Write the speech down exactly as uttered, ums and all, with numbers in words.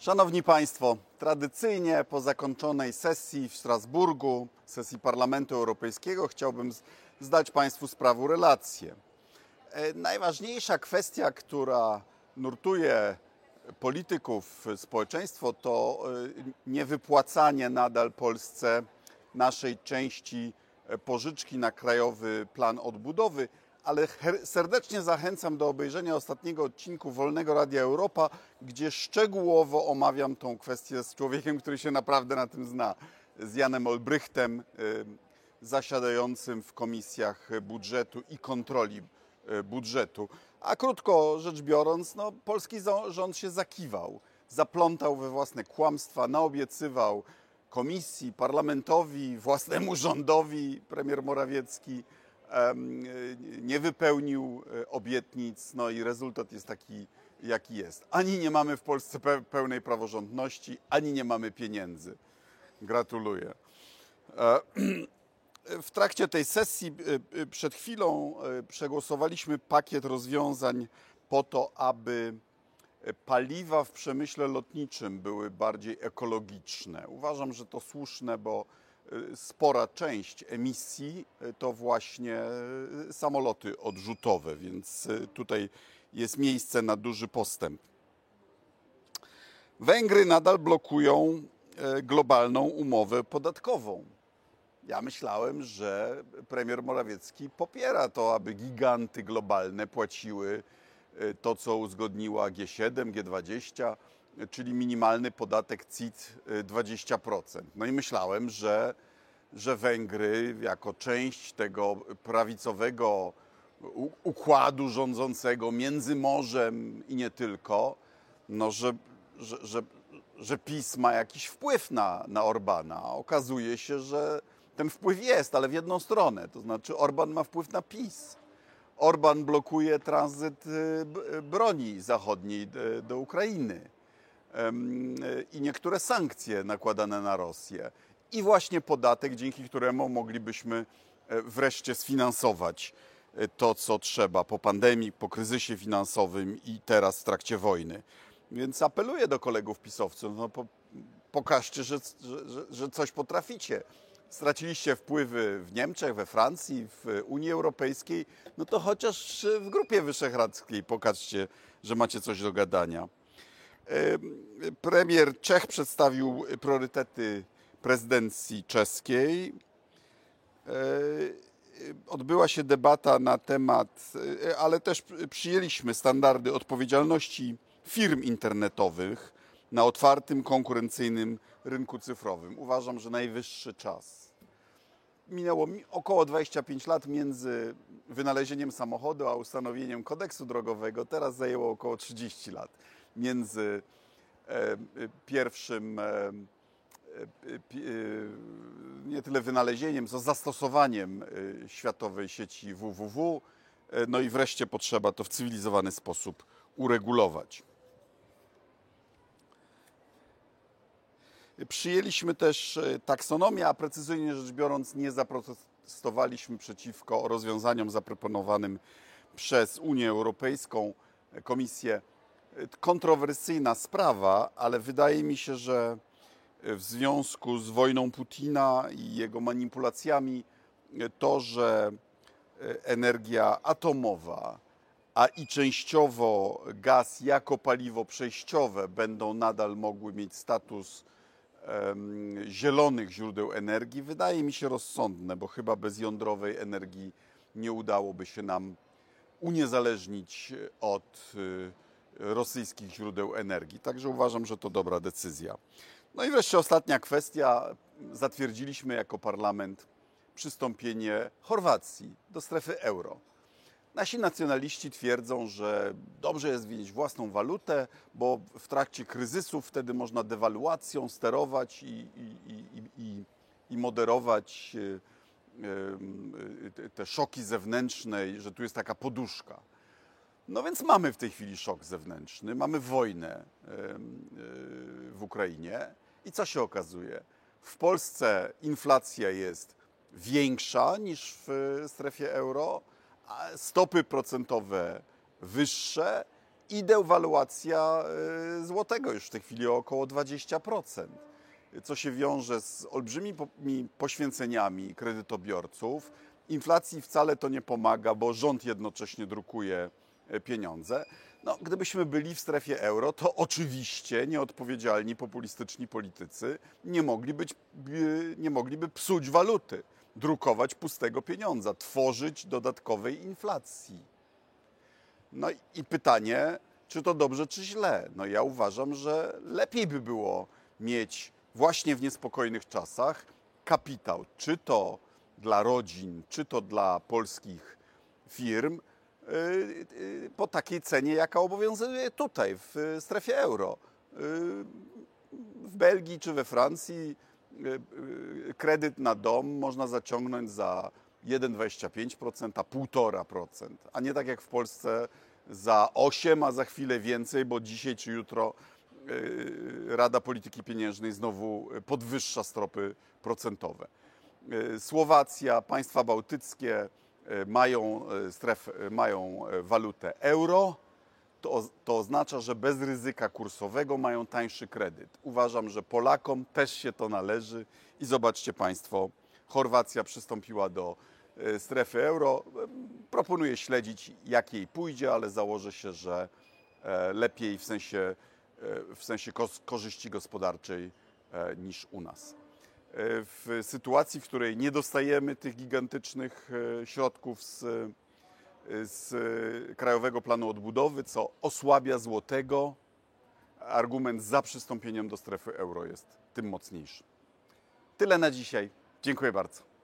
Szanowni Państwo, tradycyjnie po zakończonej sesji w Strasburgu, sesji Parlamentu Europejskiego, chciałbym zdać Państwu sprawę relację. Najważniejsza kwestia, która nurtuje polityków, społeczeństwo, to niewypłacanie nadal Polsce naszej części pożyczki na Krajowy Plan Odbudowy, ale serdecznie zachęcam do obejrzenia ostatniego odcinku Wolnego Radia Europa, gdzie szczegółowo omawiam tą kwestię z człowiekiem, który się naprawdę na tym zna, z Janem Olbrychtem, zasiadającym w komisjach budżetu i kontroli budżetu. A krótko rzecz biorąc, no, polski rząd się zakiwał, zaplątał we własne kłamstwa, naobiecywał komisji, parlamentowi, własnemu rządowi, premier Morawiecki nie wypełnił obietnic, no i rezultat jest taki, jaki jest. Ani nie mamy w Polsce pełnej praworządności, ani nie mamy pieniędzy. Gratuluję. W trakcie tej sesji przed chwilą przegłosowaliśmy pakiet rozwiązań po to, aby paliwa w przemyśle lotniczym były bardziej ekologiczne. Uważam, że to słuszne, bo spora część emisji to właśnie samoloty odrzutowe, więc tutaj jest miejsce na duży postęp. Węgry nadal blokują globalną umowę podatkową. Ja myślałem, że premier Morawiecki popiera to, aby giganty globalne płaciły to, co uzgodniła G siedem, G dwadzieścia, czyli minimalny podatek C I T dwadzieścia procent. No i myślałem, że, że Węgry jako część tego prawicowego układu rządzącego między morzem i nie tylko, no, że, że, że, że PiS ma jakiś wpływ na, na Orbana. Okazuje się, że ten wpływ jest, ale w jedną stronę, to znaczy Orban ma wpływ na PiS. Orban blokuje tranzyt broni zachodniej do Ukrainy i niektóre sankcje nakładane na Rosję. I właśnie podatek, dzięki któremu moglibyśmy wreszcie sfinansować to, co trzeba po pandemii, po kryzysie finansowym i teraz w trakcie wojny. Więc apeluję do kolegów pisowców, no po, pokażcie, że, że, że coś potraficie. Straciliście wpływy w Niemczech, we Francji, w Unii Europejskiej, no to chociaż w Grupie Wyszehradzkiej pokażcie, że macie coś do gadania. Premier Czech przedstawił priorytety prezydencji czeskiej. Odbyła się debata na temat, ale też przyjęliśmy standardy odpowiedzialności firm internetowych na otwartym, konkurencyjnym rynku cyfrowym. Uważam, że najwyższy czas. Minęło około dwadzieścia pięć lat między wynalezieniem samochodu a ustanowieniem kodeksu drogowego. Teraz zajęło około trzydzieści lat między e, pierwszym e, e, nie tyle wynalezieniem, co zastosowaniem e, światowej sieci W W W. E, no i wreszcie potrzeba to w cywilizowany sposób uregulować. Przyjęliśmy też taksonomię, a precyzyjnie rzecz biorąc nie zaprotestowaliśmy przeciwko rozwiązaniom zaproponowanym przez Unię Europejską, Komisję. Kontrowersyjna sprawa, ale wydaje mi się, że w związku z wojną Putina i jego manipulacjami to, że energia atomowa, a i częściowo gaz jako paliwo przejściowe będą nadal mogły mieć status zielonych źródeł energii, wydaje mi się rozsądne, bo chyba bez jądrowej energii nie udałoby się nam uniezależnić od rosyjskich źródeł energii. Także uważam, że to dobra decyzja. No i wreszcie ostatnia kwestia. Zatwierdziliśmy jako parlament przystąpienie Chorwacji do strefy euro. Nasi nacjonaliści twierdzą, że dobrze jest mieć własną walutę, bo w trakcie kryzysu wtedy można dewaluacją sterować i, i, i, i, i moderować te szoki zewnętrzne, że tu jest taka poduszka. No więc mamy w tej chwili szok zewnętrzny, mamy wojnę w Ukrainie i co się okazuje? W Polsce inflacja jest większa niż w strefie euro, stopy procentowe wyższe i dewaluacja złotego już w tej chwili o około dwadzieścia procent, co się wiąże z olbrzymimi poświęceniami kredytobiorców. Inflacji wcale to nie pomaga, bo rząd jednocześnie drukuje pieniądze. No, gdybyśmy byli w strefie euro, to oczywiście nieodpowiedzialni, populistyczni politycy nie mogliby, nie mogliby psuć waluty, drukować pustego pieniądza, tworzyć dodatkowej inflacji. No i pytanie, czy to dobrze, czy źle? No ja uważam, że lepiej by było mieć właśnie w niespokojnych czasach kapitał, czy to dla rodzin, czy to dla polskich firm, po takiej cenie, jaka obowiązuje tutaj, w strefie euro. W Belgii czy we Francji kredyt na dom można zaciągnąć za jeden przecinek dwadzieścia pięć procent, a półtora procent, a nie tak jak w Polsce za osiem procent, a za chwilę więcej, bo dzisiaj czy jutro Rada Polityki Pieniężnej znowu podwyższa stopy procentowe. Słowacja, państwa bałtyckie mają, stref, mają walutę euro, to, to oznacza, że bez ryzyka kursowego mają tańszy kredyt. Uważam, że Polakom też się to należy i zobaczcie Państwo, Chorwacja przystąpiła do strefy euro. Proponuję śledzić, jak jej pójdzie, ale założę się, że lepiej w sensie, w sensie korzyści gospodarczej niż u nas. W sytuacji, w której nie dostajemy tych gigantycznych środków z, z Krajowego Planu Odbudowy, co osłabia złotego, argument za przystąpieniem do strefy euro jest tym mocniejszy. Tyle na dzisiaj. Dziękuję bardzo.